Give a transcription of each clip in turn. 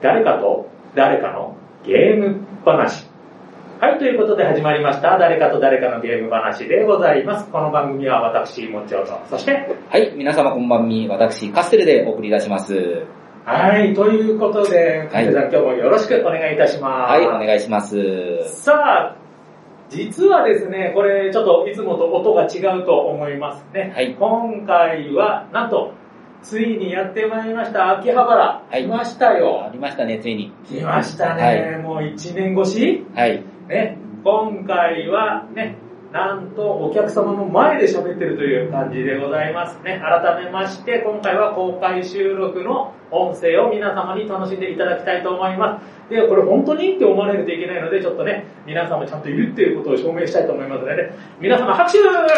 誰かと誰かのゲーム話。はい、ということで始まりました。誰かと誰かのゲーム話でございます。この番組は私、もちおと、そして、 はい、皆様こんばんみ、私、カステルでお送りいたします。 はい、ということで、カステルさん、今日もよろしくお願いいたします。 はい、お願いします。 さあ、実はですね、これちょっといつもと音が違うと思いますね。 はい、 今回は、なんと、ついにやってまいりました、秋葉原。 はい、 来ましたよ。 ありましたね、ついに。 来ましたね、はい、もう1年越しはい。 ね、今回はね、なんとお客様の前で喋ってるという感じでございますね。改めまして、今回は公開収録の音声を皆様に楽しんでいただきたいと思います。で、これ本当にって思われるといけないので、ちょっとね、皆様ちゃんといるっていうことを証明したいと思いますのでね、皆様拍手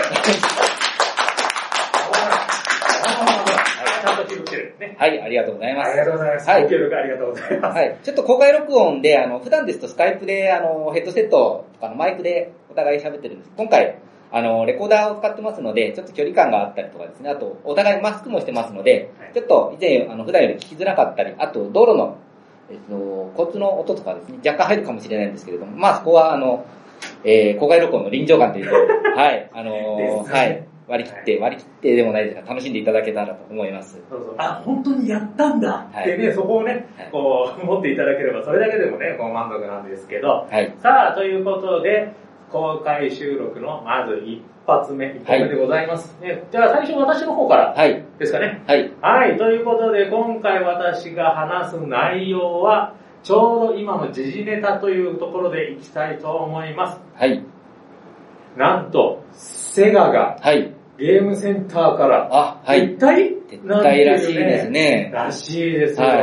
はい、ありがとうございます。 ありがとうございます。 はい、 ご協力ありがとうございます。 はい、ちょっと公開録音で、普段ですとスカイプで、ヘッドセットとかのマイクでお互い喋ってるんです。今回、レコーダーを使ってますので、ちょっと距離感があったりとかですね、あと、お互いマスクもしてますので、はい、ちょっと以前、普段より聞きづらかったり、あと、道路の、交通の音とかですね、若干入るかもしれないんですけれども、まあ、そこは、公開録音の臨場感というと、はい、はい。割り切ってでもないですが、楽しんでいただけたらと思います。 そうそう。あ、本当にやったんだってね、はい、そこをね、こう、思っていただければ、それだけでもね、こう満足なんですけど、 はい、 さあ、ということで、公開収録のまず一発目でございます。はい、ね、じゃあ最初私の方からですかね。 はい。 はい、ということで、今回私が話す内容は、ちょうど今の時事ネタというところでいきたいと思います。 はい。 なんと、セガが、 はい。 ゲームセンターから、 はい、 撤退らしいですね。 らしいですよ。はい、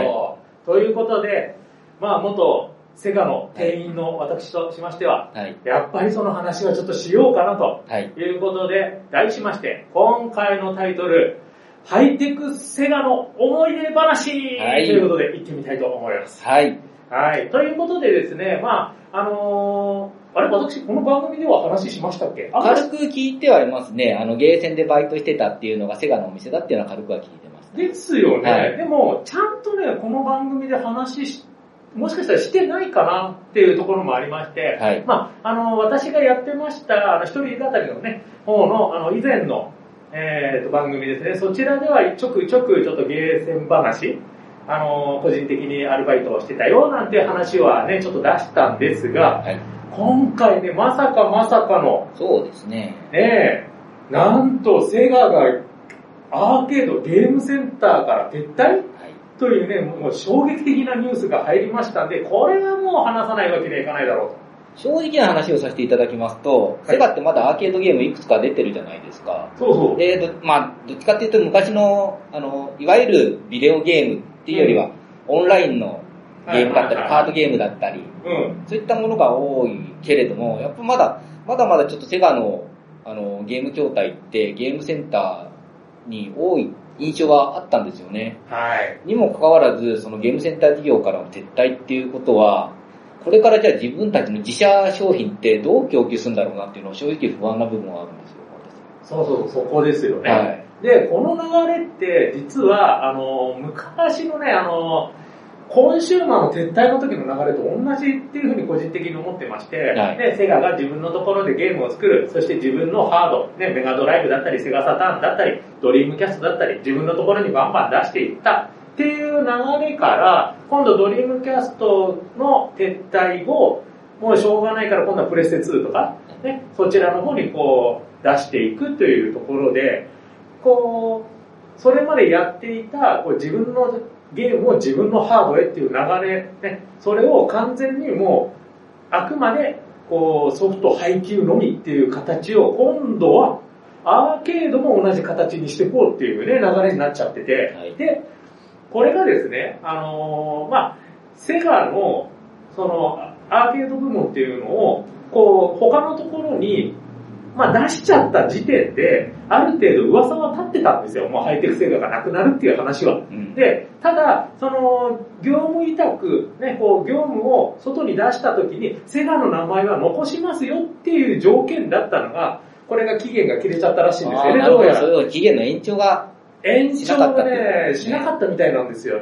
ということで、まあ、元セガの店員の私としましては、はい、やっぱりその話はちょっとしようかなということで、はい、題しまして、今回のタイトル、ハイテクセガの思い出話、はい、ということで行ってみたいと思います。 はい。 はい。ということでですね、まあ、あれ、私、この番組では話しましたっけ？ 軽く聞いてはいますね。ゲーセンでバイトしてたっていうのがセガのお店だっていうのは軽くは聞いてます、 ね。ですよね。 はい、 でも、ちゃんとね、この番組でもしかしたらしてないかなっていうところもありまして、はい、まあ、私がやってました、一人語りのね、方の、以前の、番組ですね。そちらではちょくちょっとゲーセン話、個人的にアルバイトをしてたよなんていう話はね、ちょっと出したんですが、はい、今回ね、まさかの。 そうですね。 ねえ、なんとセガがアーケードゲームセンターから撤退、はい、というね、もう衝撃的なニュースが入りましたんで、これはもう話さないわけにはいかないだろうと。 正直な話をさせていただきますと、はい、セガってまだアーケードゲームいくつか出てるじゃないですか。 そうそう。 まあ、どっちかっていうと昔の、いわゆるビデオゲームっていうよりは、オンラインのゲームだったり、カードゲームだったり、そういったものが多いけれども、やっぱまだちょっとセガの、ゲーム筐体ってゲームセンターに多い印象があったんですよね。 はい。 にもかかわらず、そのゲームセンター事業からの撤退っていうことは、これからじゃあ自分たちの自社商品ってどう供給するんだろうなっていうのは正直不安な部分はあるんですよ。 そう、そこですよね。 はい、 で、この流れって実は、昔のね、コンシューマーの撤退の時の流れと同じっていうふうに個人的に思ってまして、はい、で、セガが自分のところでゲームを作る、そして自分のハード、ね、メガドライブだったり、セガサターンだったり、ドリームキャストだったり、自分のところにバンバン出していったっていう流れから、今度ドリームキャストの撤退後、もうしょうがないから今度はプレステ2とか、ね、そちらの方にこう出していくというところで、こう、それまでやっていたこう自分のゲームを自分のハードへっていう流れ、ね、それを完全にもう、あくまでこうソフト配給のみっていう形を今度はアーケードも同じ形にしていこうっていうね、流れになっちゃってて、はい、で、これがですね、まあ、セガの、その、アーケード部門っていうのを、こう、他のところに、まあ出しちゃった時点で、ある程度噂は立ってたんですよ。もうハイテクセガがなくなるっていう話は。うん、で、ただ、その、業務委託、ね、こう、業務を外に出した時に、セガの名前は残しますよっていう条件だったのが、これが期限が切れちゃったらしいんですよね。 どうやら。それを期限の延長が、 延長がね、しなかったみたいなんですよね。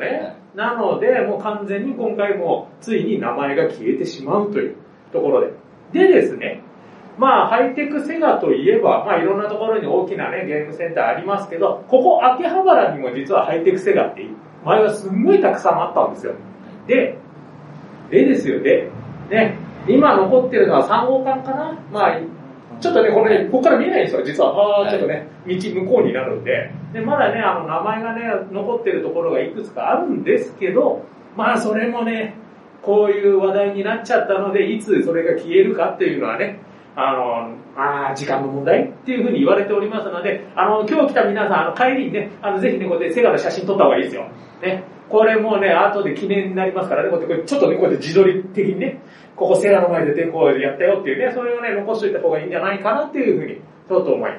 なので、もう完全に今回もついに名前が消えてしまうというところで。でですね、まあ、ハイテクセガといえば、まあ、いろんなところに大きなね、ゲームセンターありますけど、ここ秋葉原にも実はハイテクセガって前はすんごいたくさんあったんですよ。でですよ、ね、今残ってるのは3号館かな。まあ、ちょっとね、これ、ここから見えないんですよ、実は。ちょっとね、道向こうになるんで。で、まだね、名前がね、残ってるところがいくつかあるんですけど、まあ、それもね、こういう話題になっちゃったので、いつそれが消えるかっていうのはね、時間の問題っていうふうに言われておりますので、今日来た皆さん、帰りにね、ぜひね、こうやってセガの写真撮った方がいいですよ。ね。これもうね、後で記念になりますからね、こうやってちょっとね、こうやって自撮り的にね、ここセガの前でこうやったよっていうね、それをね、残しておいた方がいいんじゃないかなっていうふうに、ちょっと思います。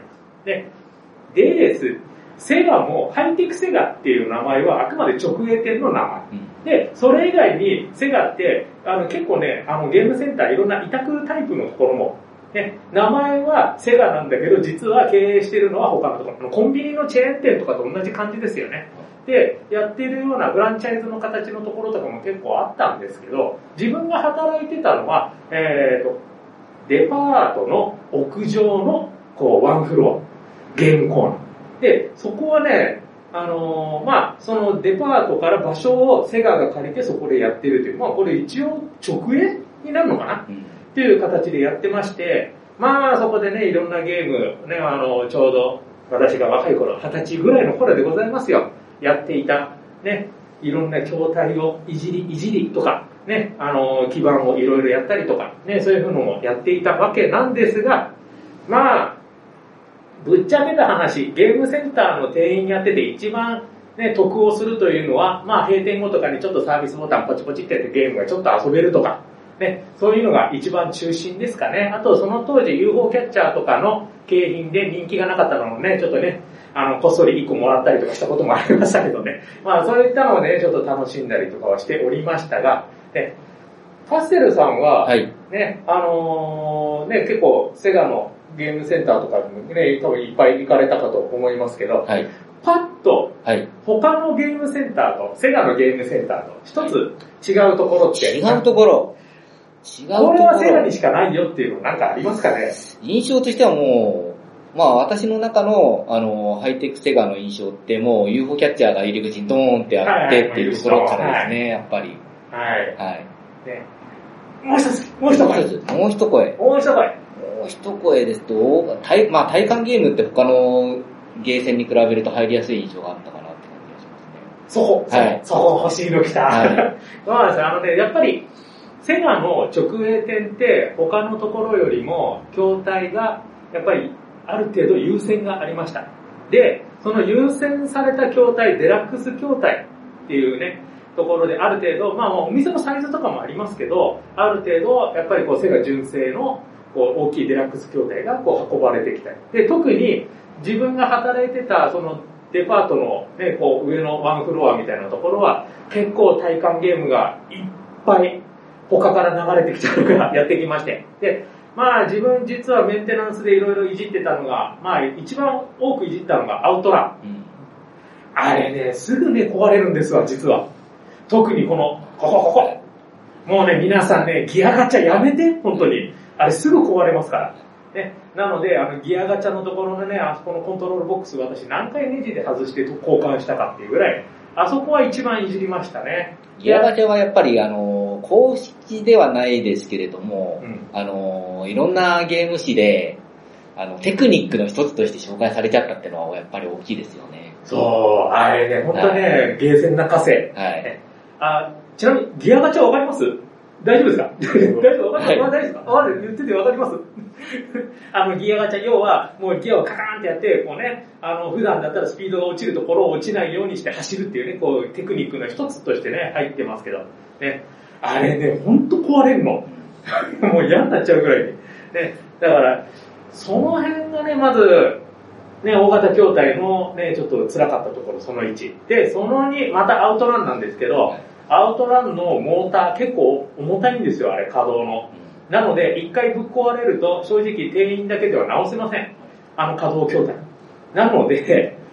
でです、セガも、ハイテクセガっていう名前はあくまで直営店の名前。で、それ以外にセガって、結構ね、ゲームセンターいろんな委託タイプのところも、ね、名前はセガなんだけど、実は経営してるのは他のところ。コンビニのチェーン店とかと同じ感じですよね。で、やってるようなフランチャイズの形のところとかも結構あったんですけど、自分が働いてたのは、デパートの屋上のこうワンフロア、ゲームコーナー。で、そこはね、まあ、そのデパートから場所をセガが借りてそこでやってるという、まあこれ一応直営になるのかな、っていう形でやってまして、まあそこでね、いろんなゲーム、ね、ちょうど私が若い頃、20歳ぐらいの頃でございますよ。やっていた、ね、いろんな筐体をいじりとか、ね、基板をいろいろやったりとか、ね、そういうのもやっていたわけなんですが、まあ、ぶっちゃけた話、ゲームセンターの店員やってて一番ね、得をするというのは、まあ閉店後とかにちょっとサービスボタンポチポチってやってゲームがちょっと遊べるとか、ね、そういうのが一番中心ですかね。あとその当時 UFO キャッチャーとかの景品で人気がなかったのもね、ちょっとね、こっそり1個もらったりとかしたこともありましたけどね。まあそういったのをね、ちょっと楽しんだりとかはしておりましたが、ね、パッセルさんは、ね、ね、結構セガのゲームセンターとかにもね、多分いっぱい行かれたかと思いますけど、はい、パッと、他のゲームセンターと、セガのゲームセンターと、一つ違うところって。 違うところ。 これはセガにしかないよっていうのなんかありますかね？ 印象としてはもう、まあ私の中の、ハイテクセガの印象ってもう UFO キャッチャーが入り口にドーンってあってっていうところからですね、やっぱり。はい。はい。 ね、もう一声ですと、まあ体感ゲームって他のゲーセンに比べると入りやすい印象があったかなって感じがしますね。 そう欲しいの来た。はい、そうなんですよ。やっぱり、セガの直営店って他のところよりも筐体がやっぱりある程度優先がありました。で、その優先された筐体、デラックス筐体っていうね、ところである程度、まあお店のサイズとかもありますけど、ある程度やっぱりこうセガ純正のこう大きいデラックス筐体がこう運ばれてきたり。で、特に自分が働いてたそのデパートのね、こう上のワンフロアみたいなところは結構体感ゲームがいっぱい他から流れてきたのがやってきまして。で、まあ自分実はメンテナンスでいろいろいじってたのが、まあ一番多くいじったのがアウトラン。あれね、すぐね、壊れるんですわ、実は。特にここ。もうね、皆さんね、ギアガチャやめて、本当に。あれすぐ壊れますから。ね、なので、ギアガチャのところのね、あそこのコントロールボックス私何回ネジで外して交換したかっていうぐらい、あそこは一番いじりましたね。 ギアガチャはやっぱり公式ではないですけれども、いろんなゲーム誌で、テクニックの一つとして紹介されちゃったっていうのはやっぱり大きいですよね。 そう、あれね、本当ね、ゲーセン泣かせ。はい。ちなみに、ギアガチャわかります？大丈夫ですか？大丈夫？わかります？大丈夫ですか？言っててわかります？ギアガチャ、要は、もうギアをカカーンってやって、こうね、普段だったらスピードが落ちるところを落ちないようにして走るっていうね、こう、テクニックの一つとしてね、入ってますけど、ね。あれね、ほんと壊れるの。もう嫌になっちゃうぐらいに。ね。だから、その辺がね、まず、ね、大型筐体のね、ちょっと辛かったところ、その1。で、その2、またアウトランなんですけど、アウトランのモーター結構重たいんですよ、あれ、稼働の。なので、一回ぶっ壊れると、正直店員だけでは直せません。稼働筐体。なので、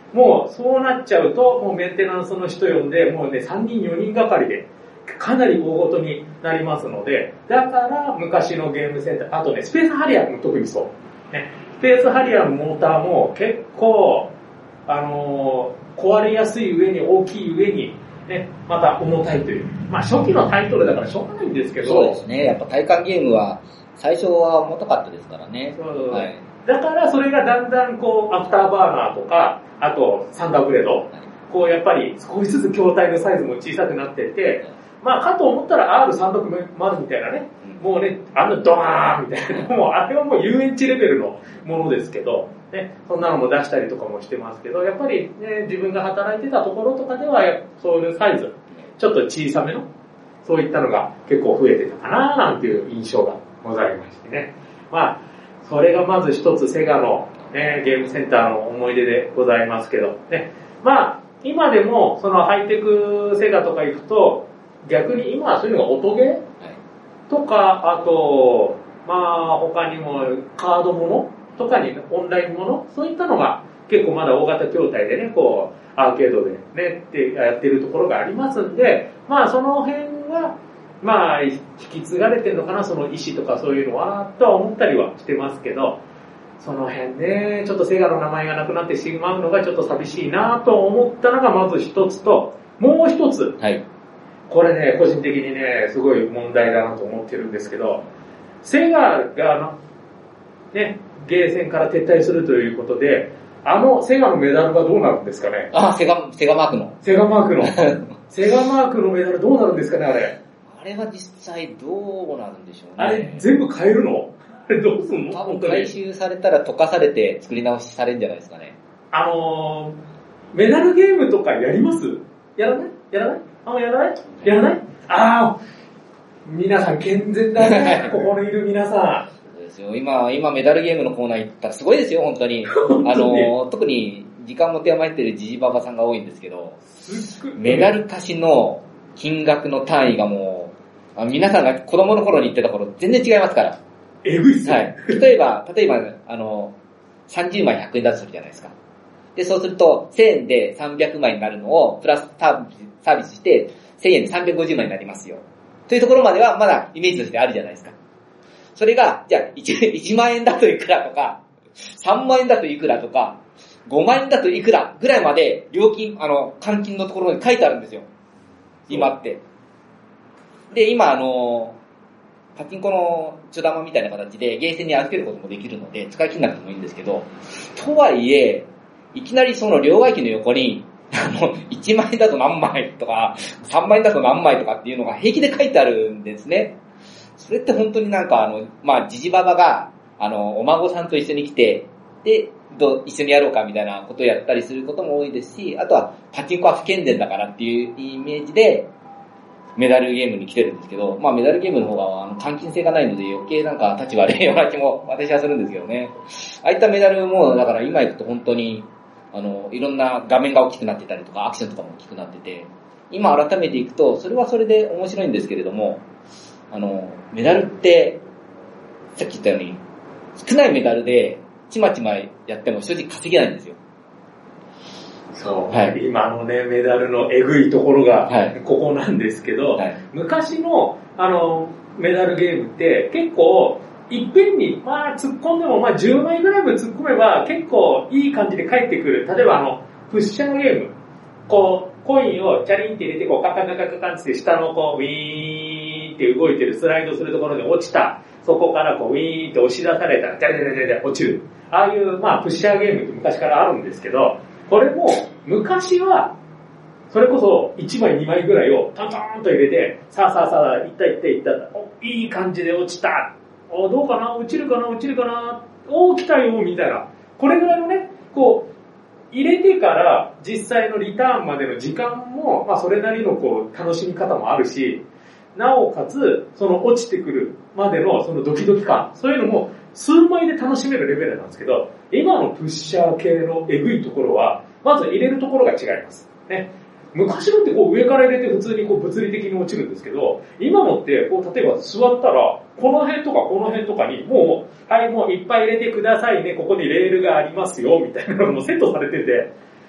もうそうなっちゃうと、もうメンテナンスの人呼んで、もうね、3人4人がかりで、かなり大ごとになりますので、だから昔のゲームセンター、あとね、スペースハリアーも特にそう。ね、スペースハリアーのモーターも結構、壊れやすい上に大きい上に、ね、また重たいという。まあ初期のタイトルだからしょうがないんですけど。 そうですね。やっぱ体感ゲームは最初は重たかったですからね。 はい、だからそれがだんだんこう、アフターバーナーとか、あとサンダーブレード、こうやっぱり少しずつ筐体のサイズも小さくなっていて、まあかと思ったら R360 みたいなね、もうね、ドワーンみたいな、もうあれはもう遊園地レベルのものですけど、ね、そんなのも出したりとかもしてますけど、やっぱりね、自分が働いてたところとかでは、そういうサイズ、ちょっと小さめの、そういったのが結構増えてたかななんていう印象がございましてね。まあ、それがまず一つセガの、ね、ゲームセンターの思い出でございますけど、ね。まあ、今でもそのハイテクセガとか行くと、逆に今はそういうのが音ゲーとか、あと、まあ他にもカードものとかにオンラインもの、そういったのが結構まだ大型筐体でね、こうアーケードでねってやってるところがありますんで、まあその辺はまあ引き継がれてるのかな、その意思とかそういうのはとは思ったりはしてますけど、その辺ね、ちょっとセガの名前がなくなってしまうのがちょっと寂しいなと思ったのがまず一つと、もう一つ、 はい、 これね、個人的にね、すごい問題だなと思ってるんですけど、セガがね、ゲーセンから撤退するということで、セガのメダルはどうなるんですかね。 セガマークの。 セガマークの。セガマークのメダルどうなるんですかね、あれ。 あれは実際どうなるんでしょうね。 あれ全部変えるの？あれどうすんの？ 多分回収されたら溶かされて作り直しされるんじゃないですかね。 メダルゲームとかやります？やらない？やらない？やらない？やらない？皆さん健全だね。ここにいる皆さん。 そうですよ。今メダルゲームのコーナー行ったらすごいですよ、本当に。特に時間持て余ってるジジババさんが多いんですけど、メダル貸しの金額の単位がもう、皆さんが子供の頃に言ってた頃全然違いますから。 えぐいっすね。 はい。例えば、30枚100円だとするじゃないですか。で、そうすると、1000円で300枚になるのを、プラスサービスして、1000円で350枚になりますよ。というところまでは、まだイメージとしてあるじゃないですか。それが、じゃあ1万円だといくらとか、3万円だといくらとか、5万円だといくらぐらいまで、料金、換金のところに書いてあるんですよ。今って。で、今、パチンコのチョダマみたいな形でゲーセンに預けることもできるので、使い切んなくてもいいんですけど、とはいえ、いきなりその両替機の横に、1万円だと何枚とか、3万円だと何枚とかっていうのが平気で書いてあるんですね。それって本当になんかジジババが、お孫さんと一緒に来て、で、一緒にやろうかみたいなことをやったりすることも多いですし、あとはパチンコは不健全だからっていうイメージで、メダルゲームに来てるんですけど、まあメダルゲームの方が換金性がないので余計なんか立ち悪いような気も私はするんですけどね。ああいったメダルも、だから今行くと本当に、いろんな画面が大きくなってたりとか、アクションとかも大きくなってて、今改めていくと、それはそれで面白いんですけれども、メダルって、さっき言ったように、少ないメダルで、ちまちまやっても正直稼げないんですよ。 そう、はい、今のね、メダルのえぐいところが、ここなんですけど、はい、昔の、メダルゲームって結構、いっぺんに、突っ込んでも、10枚ぐらいも突っ込めば、結構いい感じで返ってくる。例えばプッシャーゲーム。こう、コインをチャリンって入れて、こう、カカカカカカンって下のこう、ウィーンって動いてる、スライドするところで落ちた。そこからこう、ウィーンって押し出されたら、ジャリジャリジャリジャリ落ちる。ああいう、プッシャーゲームって昔からあるんですけど、これも、昔は、それこそ1枚2枚ぐらいをトントンと入れて、さあ、いった、いい感じで落ちた。どうかな、落ちるかな、来たよ、みたいな。これぐらいのね、こう、入れてから実際のリターンまでの時間も、それなりのこう、楽しみ方もあるし、なおかつ、その落ちてくるまでのそのドキドキ感、そういうのも数枚で楽しめるレベルなんですけど、今のプッシャー系のエグいところは、まず入れるところが違います。ね。昔のってこう上から入れて普通にこう物理的に落ちるんですけど、今のってこう例えば座ったら、この辺とかこの辺とかにもういっぱい入れてくださいね、ここにレールがありますよ、みたいなのもセットされてて、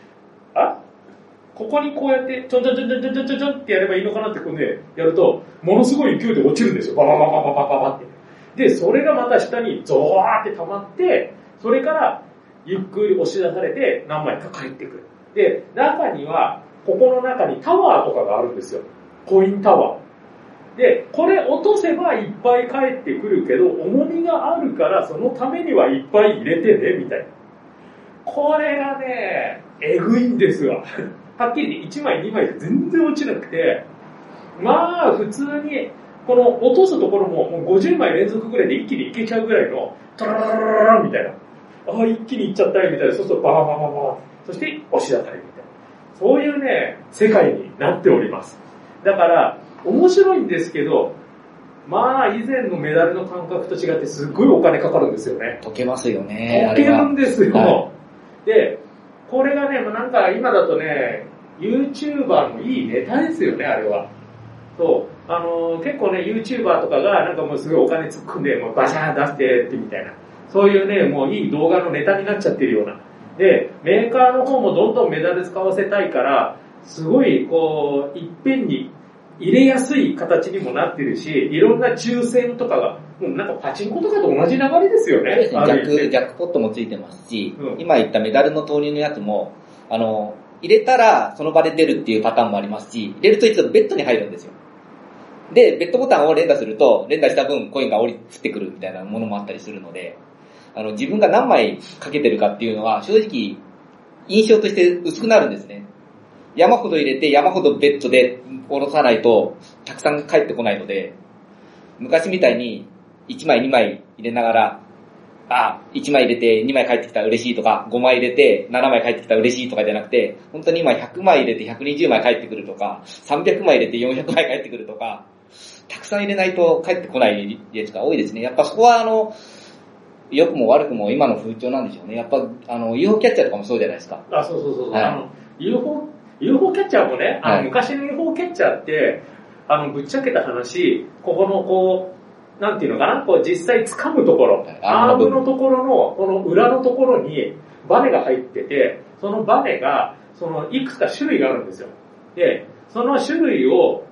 ここにこうやってちょんちょんちょんちょんちょんちょんちょんってやればいいのかなってこうね、やると、ものすごい勢いで落ちるんですよ。ババババババババって。で、それがまた下にゾワーって溜まって、それからゆっくり押し出されて何枚か帰ってくる。で、中には、ここの中にタワーとかがあるんですよ。コインタワー。で、これ落とせばいっぱい帰ってくるけど、重みがあるからそのためにはいっぱい入れてね、みたいな。これがね、えぐいんですわ。はっきり1枚2枚で全然落ちなくて、まあ普通に、この落とすところももう50枚連続ぐらいで一気にいけちゃうぐらいの、トラララララみたいな。ああ、一気にいっちゃったりみたいな。そうするとバーバーバーバー。そして押し当たりみたいな。そういうね、世界になっております。だから、面白いんですけど、まあ以前のメダルの感覚と違ってすっごいお金かかるんですよね。 溶けますよね。 溶けるんですよ。 はい、 で、これがね、なんか今だとね、YouTuber のいいネタですよね、あれは。そう。結構ね、YouTuber とかがなんかもうすごいお金突っ込んで、もうバシャーン出してってみたいな。そういうね、もういい動画のネタになっちゃってるような。で、メーカーの方もどんどんメダル使わせたいから、すごいこう、いっぺんに入れやすい形にもなってるし、いろんな抽選とかが、もうなんかパチンコとかと同じ流れですよね。 そうですね、ジャックポットもついてますし、今言ったメダルの投入のやつも、入れたらその場で出るっていうパターンもありますし、入れると一度ベッドに入るんですよ。で、ベッドボタンを連打すると、連打した分コインが降ってくるみたいなものもあったりするので、自分が何枚かけてるかっていうのは正直印象として薄くなるんですね。山ほど入れて山ほどベッドで下ろさないとたくさん返ってこないので、昔みたいに1枚2枚入れながら、1枚入れて2枚返ってきたら嬉しいとか、5枚入れて7枚返ってきたら嬉しいとかじゃなくて、本当に今100枚入れて120枚返ってくるとか、300枚入れて400枚返ってくるとか、たくさん入れないと返ってこないやつが多いですね。やっぱそこは良くも悪くも今の風潮なんでしょうね。やっぱUFO キャッチャーとかもそうじゃないですか。 そう。はい、UFO キャッチャーもね、昔の UFO キャッチャーって、ぶっちゃけた話、ここのこう、なんていうのかな、こう実際掴むところ、アームのところの、この裏のところにバネが入ってて、そのバネが、いくつか種類があるんですよ。で、その種類を、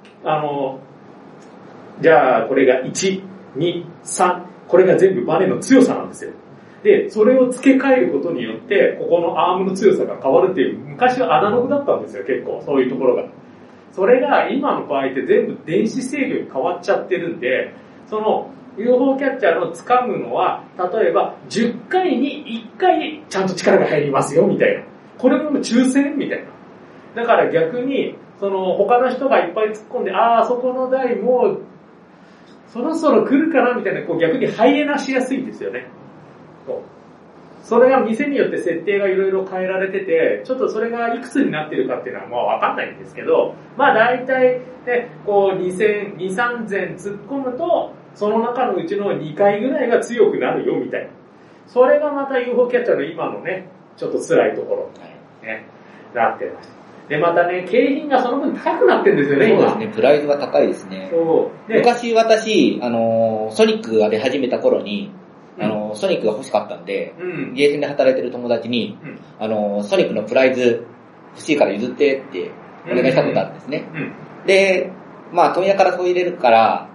じゃあこれが1、2、3、これが全部バネの強さなんですよ。で、それを付け替えることによって、ここのアームの強さが変わるっていう、昔はアナログだったんですよ、結構、そういうところが。それが今の場合って全部電子制御に変わっちゃってるんで、その UFO キャッチャーの掴むのは、例えば10回に1回ちゃんと力が入りますよ、みたいな。これも抽選みたいな。だから逆に、他の人がいっぱい突っ込んで、そこの台もう、そろそろ来るかなみたいな、こう逆にハイエナしやすいんですよね。それが店によって設定がいろいろ変えられてて、ちょっとそれがいくつになってるかっていうのはもうわかんないんですけど、まあ大体ね、こう2000、3000突っ込むと、その中のうちの2回ぐらいが強くなるよみたいな。それがまた UFO キャッチャーの今のね、ちょっと辛いところに、ね、なってました。で、またね、景品がその分高くなってるんですよね、今。 そうですね、プライズが高いですね。そうで昔私、ソニックが出始めた頃に、ソニックが欲しかったんで、ゲーセンで働いてる友達に、ソニックのプライズ欲しいから譲ってってお願いしたことあるんですね。で、まあ、問屋からそう入れるから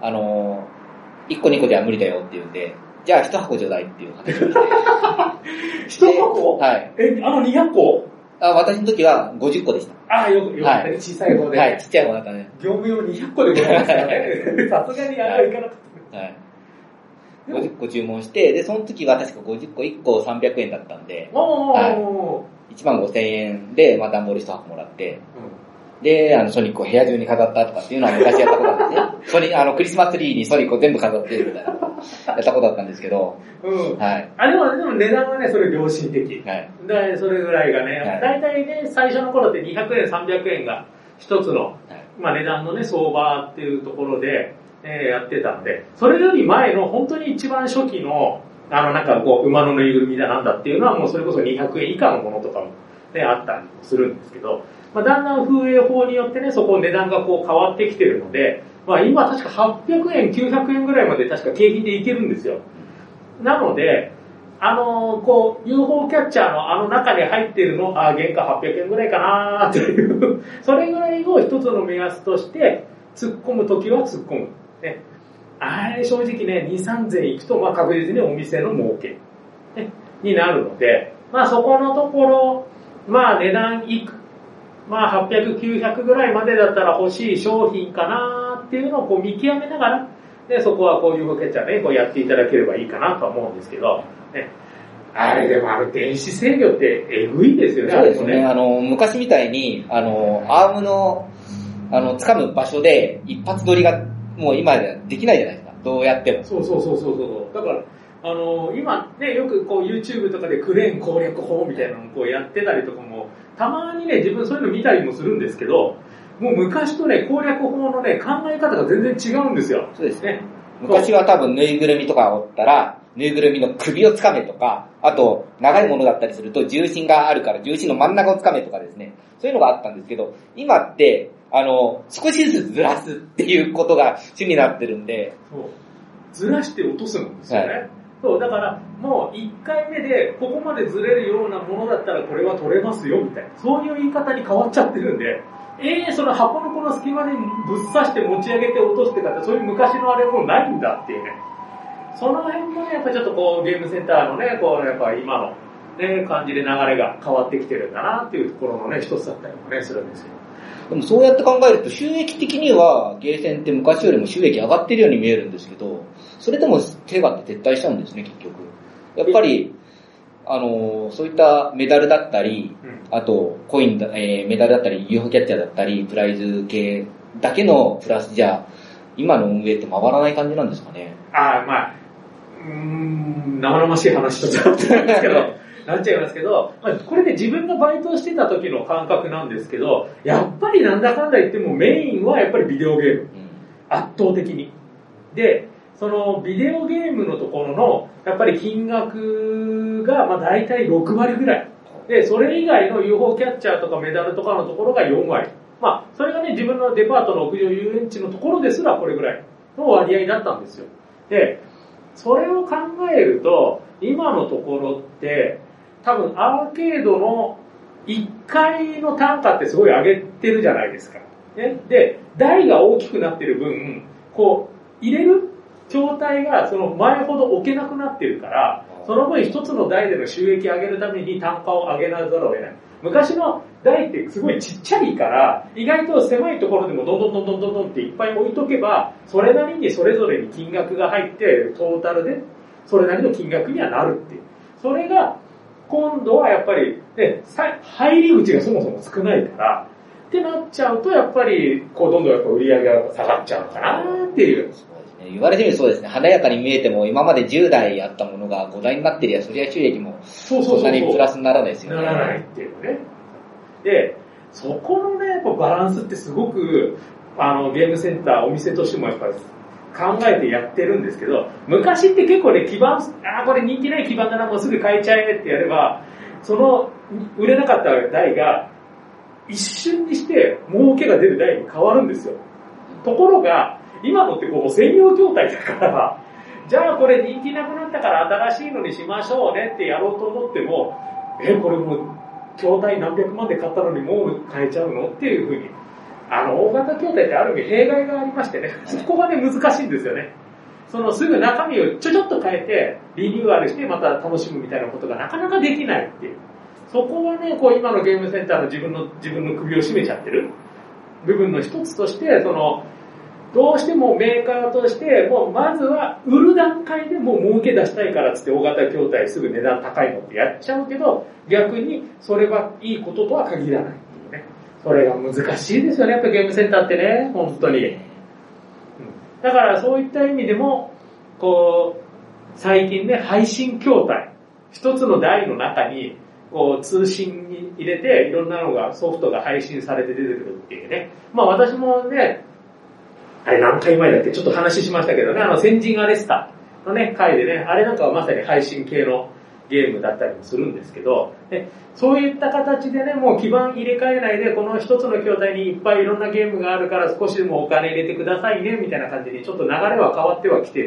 、1個2個では無理だよって言うんで、じゃあ1箱ちょうだいっていう話をして。 1箱はい。 200個私の時は50個でした。 よくはい、小さい方で。 はい、ちっちゃい方だったね。 業務用200個でございますからね。さすがにいかなかった。はい。 50個注文して、で、その時は確か50個1個300円だったんで、はい、15,000円で、まあ、段ボール1箱もらって、で、ソニックを部屋中に飾ったとかっていうのは昔やったことなんですね。クリスマスツリーにソニックを全部飾ってみたいな、やったことだったんですけど、はい。 でも値段はね、それ良心的。はい。で、それぐらいがね、だいたいね、最初の頃って200円、300円が一つの、まあ値段のね、相場っていうところで、やってたんで、それより前の本当に一番初期の、なんかこう、馬のぬいぐるみだなんだっていうのはもうそれこそ200円以下のものとかもね、あったりもするんですけど、まあだんだん風営法によってね、そこ値段がこう変わってきてるので、まあ今確か800円、900円ぐらいまで確か景品でいけるんですよ。なので、 こう、UFO キャッチャーの中に入っているの、原価800円ぐらいかなという、それぐらいを一つの目安として、突っ込むときは突っ込む。ね。あれ、正直ね、2、3000円いくと、確実にお店の儲け、ね、になるので、そこのところ、値段いく、800、900ぐらいまでだったら欲しい商品かなっていうのをこう見極めながら、で、そこはこういうキャッチャーね、こうやっていただければいいかなとは思うんですけど、ね。あれでも電子制御ってえぐいですよね。 そうですね。昔みたいに、アームの、掴む場所で一発撮りがもう今でできないじゃないですか。どうやっても。 そう。だから、今ね、よくこう YouTube とかでクレーン攻略法みたいなのをこうやってたりとかも、たまにね、自分そういうの見たりもするんですけど、もう昔とね、攻略法のね、考え方が全然違うんですよ。 そうですね。昔は多分ぬいぐるみとかおったら、ぬいぐるみの首をつかめとか、あと、長いものだったりすると重心があるから重心の真ん中をつかめとかですね。そういうのがあったんですけど、今って、少しずつずらすっていうことが主になってるんで。 そう。ずらして落とすんですよね。はい、そう、だから、もう1回目で、ここまでずれるようなものだったらこれは取れますよ、みたいな。そういう言い方に変わっちゃってるんで、その箱のこの隙間にぶっ刺して持ち上げて落としてから、そういう昔のあれもうないんだっていうね。その辺もね、やっぱりちょっとこう、ゲームセンターのね、こう、やっぱ今の、ね、感じで流れが変わってきてるんだなっていうところのね、一つだったりもね、するんですよ。 でもそうやって考えると収益的にはゲーセンって昔よりも収益上がってるように見えるんですけど、それでもセガって撤退しちゃうんですね、結局。やっぱり、そういったメダルだったり、あとコインだ、メダルだったり、UFO キャッチャーだったり、プライズ系だけのプラスじゃ、今の運営って回らない感じなんですかね。 生々しい話となっちゃうんですけど、なっちゃいますけど、これで自分がバイトしてた時の感覚なんですけど、やっぱりなんだかんだ言ってもメインはやっぱりビデオゲーム。圧倒的に。で、そのビデオゲームのところの、やっぱり金額が大体6割ぐらい。で、それ以外の UFO キャッチャーとかメダルとかのところが4割。それがね、自分のデパートの屋上遊園地のところですらこれぐらいの割合だったんですよ。で、それを考えると、今のところって、多分アーケードの1階の単価ってすごい上げてるじゃないですか。ね、で、台が大きくなってる分、こう、入れる状態がその前ほど置けなくなってるから、その分一つの台での収益上げるために単価を上げなざるを得ない。昔の台ってすごいちっちゃいから、意外と狭いところでもどんどんっていっぱい置いとけば、それなりにそれぞれに金額が入って、トータルでそれなりの金額にはなるっていう。それが、今度はやっぱり、ね、入り口がそもそも少ないから、ってなっちゃうと、やっぱり、こう、どんどんやっぱ売り上げが下がっちゃうのかなっていう。 言われてみるとそうですね。華やかに見えても、今まで10台あったものが5台になってりゃ、そりゃ収益もそんなにプラスにならないですよね。 ならないっていうね。で、そこのね、やっぱバランスってすごく、ゲームセンター、お店としてもやっぱり考えてやってるんですけど、昔って結構ね、これ人気ない基盤だな、もうすぐ買えちゃえってやれば、その、売れなかった台が、一瞬にして儲けが出る台に変わるんですよ。ところが、今のってこう専用筐体だから、じゃあこれ人気なくなったから新しいのにしましょうねってやろうと思っても、これもう筐体何百万で買ったのにもう買えちゃうのっていうふうに。大型筐体ってある意味弊害がありましてね、そこがね難しいんですよね。そのすぐ中身をちょっと変えてリニューアルしてまた楽しむみたいなことがなかなかできないっていう。そこはね、こう今のゲームセンターの自分の首を絞めちゃってる部分の一つとして、どうしてもメーカーとして、もうまずは売る段階でもう儲け出したいからっつって大型筐体すぐ値段高いのってやっちゃうけど、逆にそれはいいこととは限らないっていうね。それが難しいですよね、やっぱゲームセンターってね、本当に。だからそういった意味でも、こう、最近ね、配信筐体、一つの台の中に、こう通信に入れていろんなのがソフトが配信されて出てくるっていうね。私もね、あれ何回前だっけちょっと話しましたけどね、先人アレスタのね、回でね、あれなんかはまさに配信系のゲームだったりもするんですけど、ね、そういった形でね、もう基盤入れ替えないで、この一つの筐体にいっぱいいろんなゲームがあるから少しでもお金入れてくださいね、みたいな感じにちょっと流れは変わってはきている。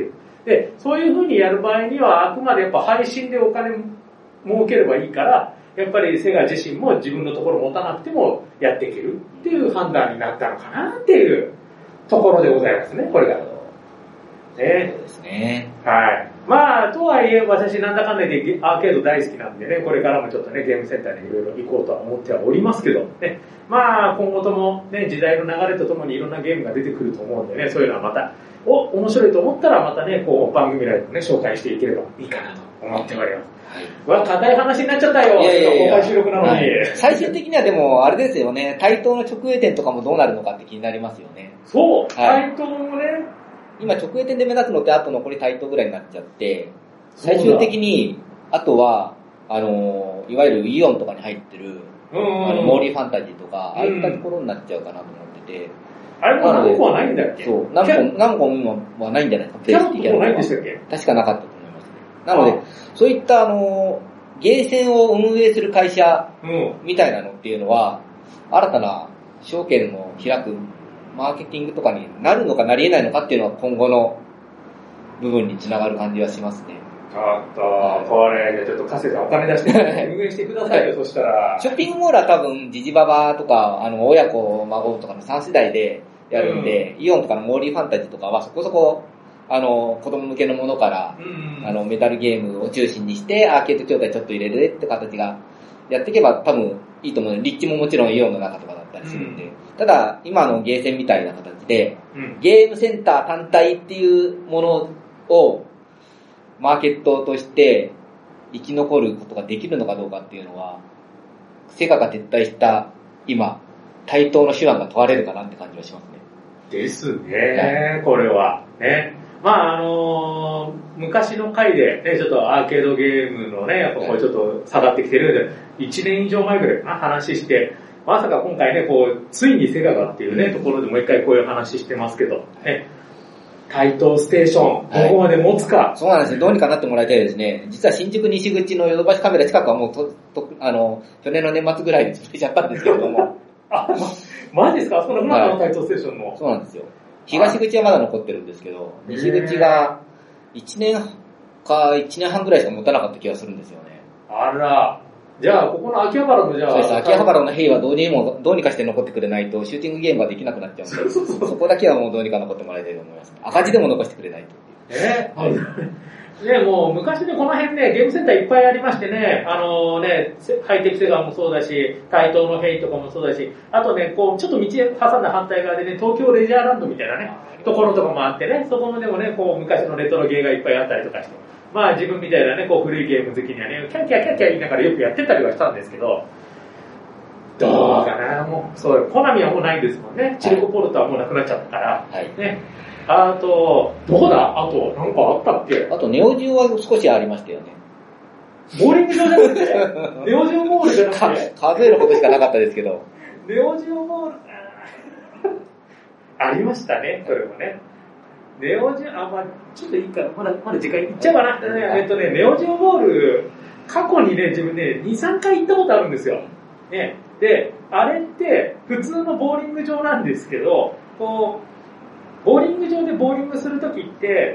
で、そういう風にやる場合には、あくまでやっぱ配信でお金儲ければいいから、やっぱりセガ自身も自分のところ持たなくてもやっていけるっていう判断になったのかなっていうところでございますね、これが。ね。 そうですね。 はい。まあ、とはいえ、私なんだかんだでアーケード大好きなんでね、これからもちょっとね、ゲームセンターにいろいろ行こうとは思ってはおりますけど、ね。まあ、今後ともね、時代の流れとともにいろんなゲームが出てくると思うんでね、そういうのはまた、面白いと思ったらまたね、こう、番組内でね、紹介していければいいかなと思っております。はい。硬い話になっちゃったよ。公開収録なのに、はい。 最終的にはでも、あれですよね、対等の直営店とかもどうなるのかって気になりますよね。 そう、対等もね、 今直営店で目指すのってあと残り対等ぐらいになっちゃって、最終的に、あとは、いわゆるイオンとかに入ってる、モーリーファンタジーとか、ああいったところになっちゃうかなと思ってて。 あれも何個はないんだっけ？ そう、何個もはないんじゃないですか。 キャンプもないんでしたっけ？ 確かなかったと思いますね。なので、そういったゲーセンを運営する会社みたいなのっていうのは、新たな証券を開くマーケティングとかになるのかなり得ないのかっていうのは今後の部分につながる感じはしますね。 ちょっと、これ、ちょっと加瀬さんお金出して運営してくださいよ、そしたら。 ショッピングモールは多分、ジジババとか、親子、孫とかの3世代でやるんで、イオンとかのモーリーファンタジーとかはそこそこ、子供向けのものから、メタルゲームを中心にして、アーケード状態ちょっと入れるって形がやっていけば多分いいと思うので、立地ももちろんイオンの中とかだったりするんで、ただ、今のゲーセンみたいな形で、ゲームセンター単体っていうものを、マーケットとして生き残ることができるのかどうかっていうのは、セガが撤退した今、対等の手腕が問われるかなって感じはしますね。 ですね、これは。ね。まあ昔の回で、ね、ちょっとアーケードゲームのね、やっぱこうちょっと下がってきてるんで、1年以上前ぐらいかな、話して、まさか今回ね、こう、ついにセガがっていうね、ところでもう一回こういう話してますけど、ね。対等ステーション、どこまで持つか、 そうなんですね。どうにかなってもらいたいですね。実は新宿西口のヨドバシカメラ近くはもう去年の年末ぐらいに潰れちゃったんですけれども。 マジですか？その中の対等ステーションの。 そうなんですよ。東口はまだ残ってるんですけど、西口が1年か1年半ぐらいしか持たなかった気がするんですよね。 あら。じゃあ、ここの秋葉原のじゃあ。 そうです。秋葉原の兵はどうにかして残ってくれないと、シューティングゲームができなくなっちゃうんで、そこだけはもうどうにか残ってもらいたいと思います。赤字でも残してくれないと。 ね、もう昔ね、この辺ね、ゲームセンターいっぱいありましてね、ハイテクセガもそうだし、対等のヘイとかもそうだし、あとね、こう、ちょっと道挟んだ反対側でね、東京レジャーランドみたいなね、ところとかもあってね、そこもでもね、こう、昔のレトロゲーがいっぱいあったりとかして、まあ自分みたいなね、こう、古いゲーム好きにはね、キャッキャ言いながらよくやってたりはしたんですけど、どうかな、もう、そう、コナミはもうないですもんね。チルコポルトはもうなくなっちゃったから、ね。あと、どこだ？あと、なんかあったっけ？ あと、ネオジオは少しありましたよね。 ボーリング場じゃなくてネオジオモールじゃなくて数えることしかなかったですけど。 ネオジオモール、ありましたね、それもね。ネオジオ、まあちょっといいから、まだ時間いっちゃうかな。ネオジオモール、過去にね、自分ね、2、3回行ったことあるんですよ。ね。で、あれって、普通のボーリング場なんですけど、こう、ボーリング場でボーリングするときって、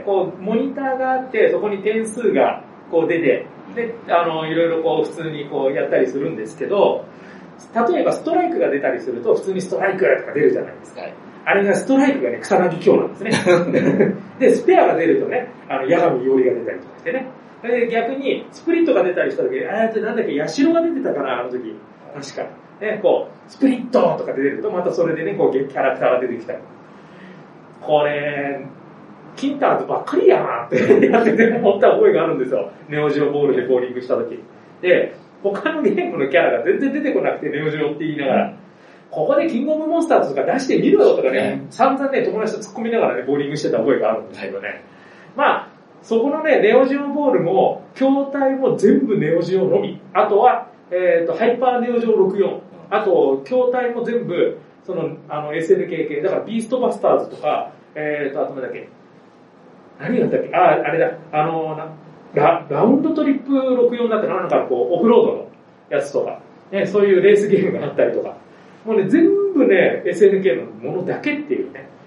こう、モニターがあって、そこに点数がこう出て、で、いろいろこう、普通にこうやったりするんですけど、例えばストライクが出たりすると、普通にストライクとか出るじゃないですか。あれが、ストライクがね、草薙京なんですね。で、スペアが出るとね、八神伊織が出たりとかしてね。で、逆に、スプリットが出たりしたとき、なんだっけ、ヤシロが出てたかな、あの時。確か。ね、こう、スプリットとか出ると、またそれでね、こう、キャラクターが出てきたり。これ、キンターズばっかりやなってやってて思った覚えがあるんですよ。ネオジオボールでボーリングした時。で、他のゲームのキャラが全然出てこなくて、ネオジオって言いながら、ここでキングオブモンスターズとか出してみろよとかね、散々ね、友達と突っ込みながらね、ボーリングしてた覚えがあるんですけどね。まあ、そこのね、ネオジオボールも、筐体も全部ネオジオのみ。あとは、ハイパーネオジオ64。あと、筐体も全部、その、SNK 系、だからビーストバスターズとか、あと何だっけ、何があったっけ、あれだ、ラウンドトリップ64だったかなんかこう、オフロードのやつとか、ね、そういうレースゲームがあったりとか、もうね、全部ね、SNK のものだけっていうね、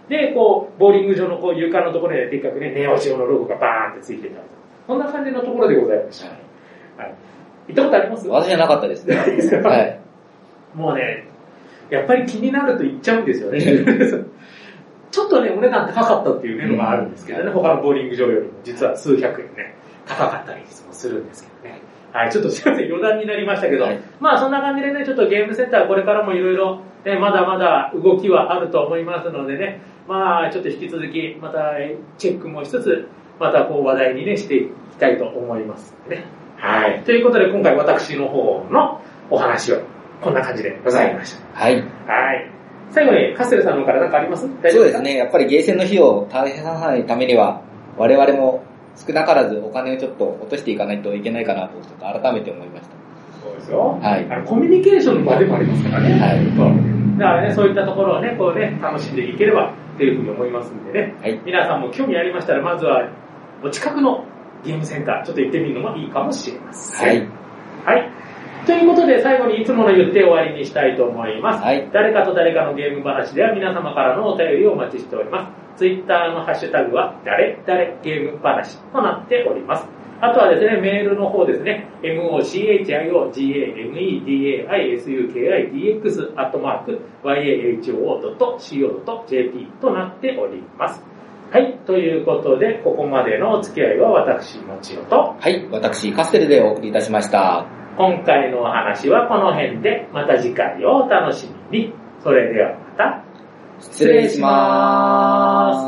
で、こう、ボーリング場のこう床のところででっかくね、ネオジオのロゴがバーンってついてたりとか、そんな感じのところでございました。はい。行ったことあります？ 私はなかったですね。はい。 もうね、やっぱり気になると行っちゃうんですよね。ちょっとね、お値段高かったっていうのがあるんですけどね、他のボーリング場よりも実は数百円ね、高かったりもするんですけどね。はい、ちょっとすいません、余談になりましたけど、はい、まあそんな感じでね、ちょっとゲームセンターこれからもいろいろね、まだまだ動きはあると思いますのでね、まあちょっと引き続き、またチェックもしつつ、またこう話題にね、していきたいと思いますね。はい。ということで今回私の方のお話はこんな感じでございました。 はい。 はい。最後にカステルさんの方から何かあります？ 大丈夫ですか？そうですね。やっぱりゲーセンの費用を大変さないためには、我々も少なからずお金をちょっと落としていかないといけないかなと改めて思いました。 そうですよ。 はい。 コミュニケーションの場でもありますからね。 はい。 だからね、そういったところをね、こうね、楽しんでいければっていうふうに思いますんでね。はい。皆さんも興味ありましたら、まずはお近くのゲームセンター、ちょっと行ってみるのもいいかもしれません。はい。はい。ということで、最後にいつもの言って終わりにしたいと思います。はい。誰かと誰かのゲーム話では皆様からのお便りをお待ちしております。ツイッターのハッシュタグは、誰々ゲーム話となっております。あとはですね、メールの方ですね、mochiogamedix@yahoo.co.jp となっております。はい。ということで、ここまでのお付き合いは私、もちろと。 はい。私、カステルでお送りいたしました。 今回のお話はこの辺で、また次回をお楽しみに。それではまた。 失礼します。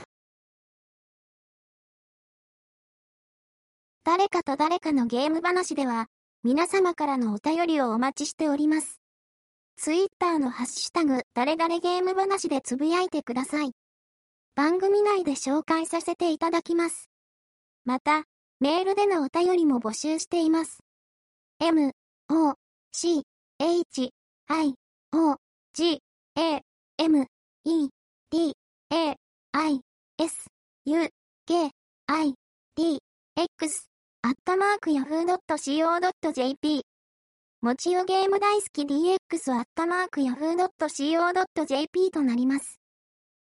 誰かと誰かのゲーム話では、皆様からのお便りをお待ちしております。ツイッターのハッシュタグ、誰々ゲーム話でつぶやいてください。番組内で紹介させていただきます。また、メールでのお便りも募集しています。m, o, c, h, i, o, g, a, m, e, d, a, i, s, u, k, i, d, x, @yahoo.co.jp もちよゲーム大好き DX @yahoo.co.jp となります。